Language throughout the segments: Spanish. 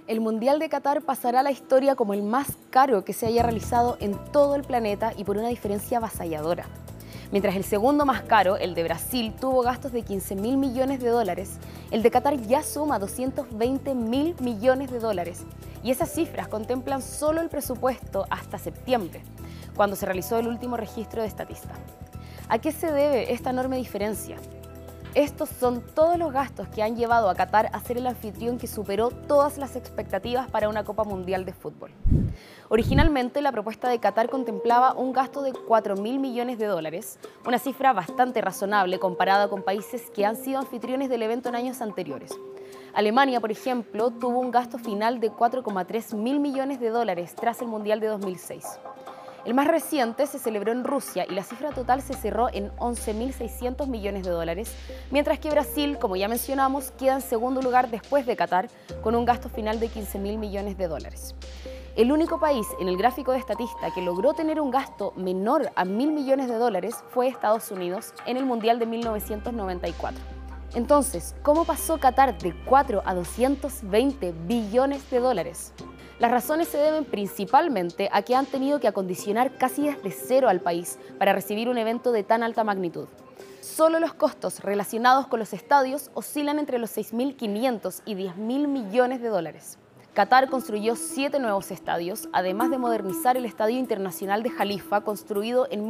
El Mundial de Qatar pasará a la historia como el más caro que se haya realizado en todo el planeta y por una diferencia avasalladora. Mientras el segundo más caro, el de Brasil, tuvo gastos de 15.000 millones de dólares, el de Qatar ya suma 220.000 millones de dólares. Y esas cifras contemplan solo el presupuesto hasta septiembre, cuando se realizó el último registro de Statista. ¿A qué se debe esta enorme diferencia? Estos son todos los gastos que han llevado a Qatar a ser el anfitrión que superó todas las expectativas para una Copa Mundial de Fútbol. Originalmente, la propuesta de Qatar contemplaba un gasto de 4.000 millones de dólares, una cifra bastante razonable comparada con países que han sido anfitriones del evento en años anteriores. Alemania, por ejemplo, tuvo un gasto final de 4,3 mil millones de dólares tras el Mundial de 2006. El más reciente se celebró en Rusia y la cifra total se cerró en 11.600 millones de dólares, mientras que Brasil, como ya mencionamos, queda en segundo lugar después de Qatar, con un gasto final de 15.000 millones de dólares. El único país en el gráfico de Statista que logró tener un gasto menor a 1.000 millones de dólares fue Estados Unidos en el Mundial de 1994. Entonces, ¿cómo pasó Qatar de 4 a 220 billones de dólares? Las razones se deben principalmente a que han tenido que acondicionar casi desde cero al país para recibir un evento de tan alta magnitud. Solo los costos relacionados con los estadios oscilan entre los 6.500 y 10.000 millones de dólares. Qatar construyó 7 nuevos estadios, además de modernizar el Estadio Internacional de Jalifa, construido en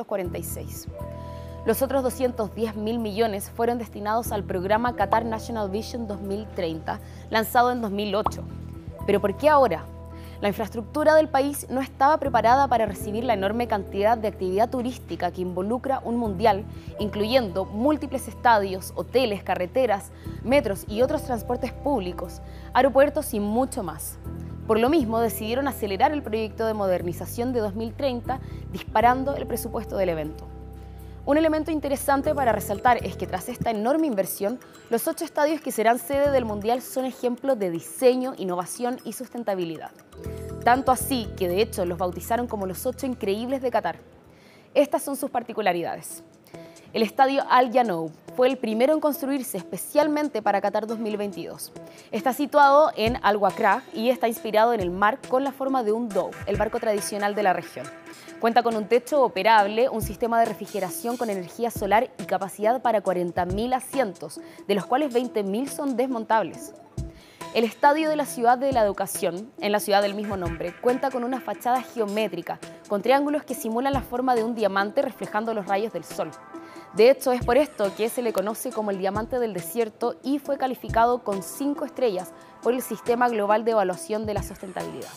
1946. Los otros 210.000 millones fueron destinados al programa Qatar National Vision 2030, lanzado en 2008. ¿Pero por qué ahora? La infraestructura del país no estaba preparada para recibir la enorme cantidad de actividad turística que involucra un mundial, incluyendo múltiples estadios, hoteles, carreteras, metros y otros transportes públicos, aeropuertos y mucho más. Por lo mismo, decidieron acelerar el proyecto de modernización de 2030, disparando el presupuesto del evento. Un elemento interesante para resaltar es que tras esta enorme inversión, los 8 estadios que serán sede del Mundial son ejemplos de diseño, innovación y sustentabilidad. Tanto así que de hecho los bautizaron como los 8 increíbles de Qatar. Estas son sus particularidades. El estadio Al Janoub fue el primero en construirse especialmente para Qatar 2022. Está situado en Al Wakrah y está inspirado en el mar con la forma de un dhow, el barco tradicional de la región. Cuenta con un techo operable, un sistema de refrigeración con energía solar y capacidad para 40.000 asientos, de los cuales 20.000 son desmontables. El Estadio de la Ciudad de la Educación, en la ciudad del mismo nombre, cuenta con una fachada geométrica, con triángulos que simulan la forma de un diamante reflejando los rayos del sol. De hecho, es por esto que se le conoce como el diamante del desierto y fue calificado con 5 estrellas por el Sistema Global de Evaluación de la Sustentabilidad.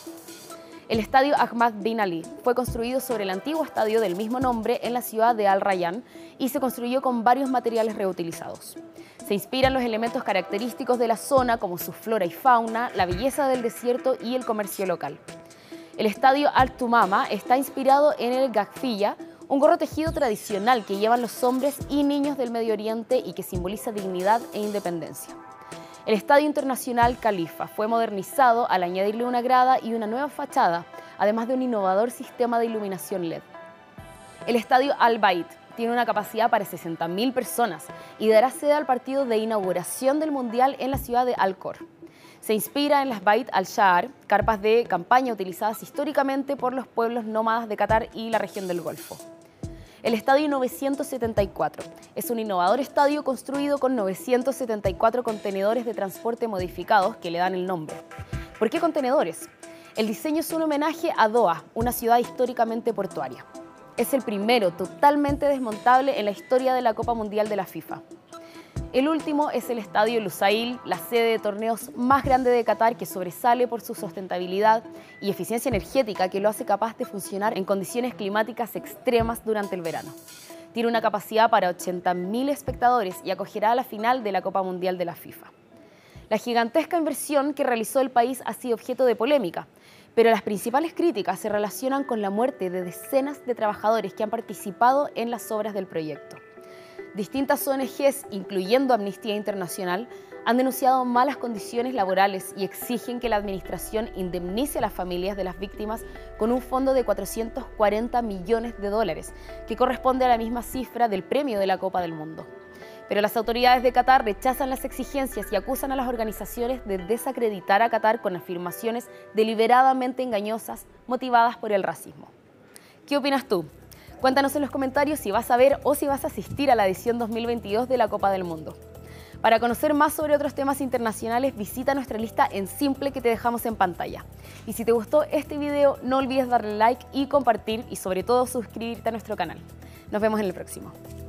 El estadio Ahmad Bin Ali fue construido sobre el antiguo estadio del mismo nombre en la ciudad de Al Rayyan y se construyó con varios materiales reutilizados. Se inspiran los elementos característicos de la zona como su flora y fauna, la belleza del desierto y el comercio local. El estadio Al Tumama está inspirado en el Gagfilla, un gorro tejido tradicional que llevan los hombres y niños del Medio Oriente y que simboliza dignidad e independencia. El Estadio Internacional Khalifa fue modernizado al añadirle una grada y una nueva fachada, además de un innovador sistema de iluminación LED. El Estadio Al Bayt tiene una capacidad para 60.000 personas y dará sede al partido de inauguración del Mundial en la ciudad de Al-Khor. Se inspira en las Bayt al-Sha'ar, carpas de campaña utilizadas históricamente por los pueblos nómadas de Qatar y la región del Golfo. El Estadio 974 es un innovador estadio construido con 974 contenedores de transporte modificados que le dan el nombre. ¿Por qué contenedores? El diseño es un homenaje a Doha, una ciudad históricamente portuaria. Es el primero totalmente desmontable en la historia de la Copa Mundial de la FIFA. El último es el Estadio Lusail, la sede de torneos más grande de Qatar que sobresale por su sustentabilidad y eficiencia energética que lo hace capaz de funcionar en condiciones climáticas extremas durante el verano. Tiene una capacidad para 80.000 espectadores y acogerá la final de la Copa Mundial de la FIFA. La gigantesca inversión que realizó el país ha sido objeto de polémica, pero las principales críticas se relacionan con la muerte de decenas de trabajadores que han participado en las obras del proyecto. Distintas ONGs, incluyendo Amnistía Internacional, han denunciado malas condiciones laborales y exigen que la administración indemnice a las familias de las víctimas con un fondo de 440 millones de dólares, que corresponde a la misma cifra del premio de la Copa del Mundo. Pero las autoridades de Qatar rechazan las exigencias y acusan a las organizaciones de desacreditar a Qatar con afirmaciones deliberadamente engañosas motivadas por el racismo. ¿Qué opinas tú? Cuéntanos en los comentarios si vas a ver o si vas a asistir a la edición 2022 de la Copa del Mundo. Para conocer más sobre otros temas internacionales, visita nuestra lista en Simple que te dejamos en pantalla. Y si te gustó este video, no olvides darle like y compartir y sobre todo suscribirte a nuestro canal. Nos vemos en el próximo.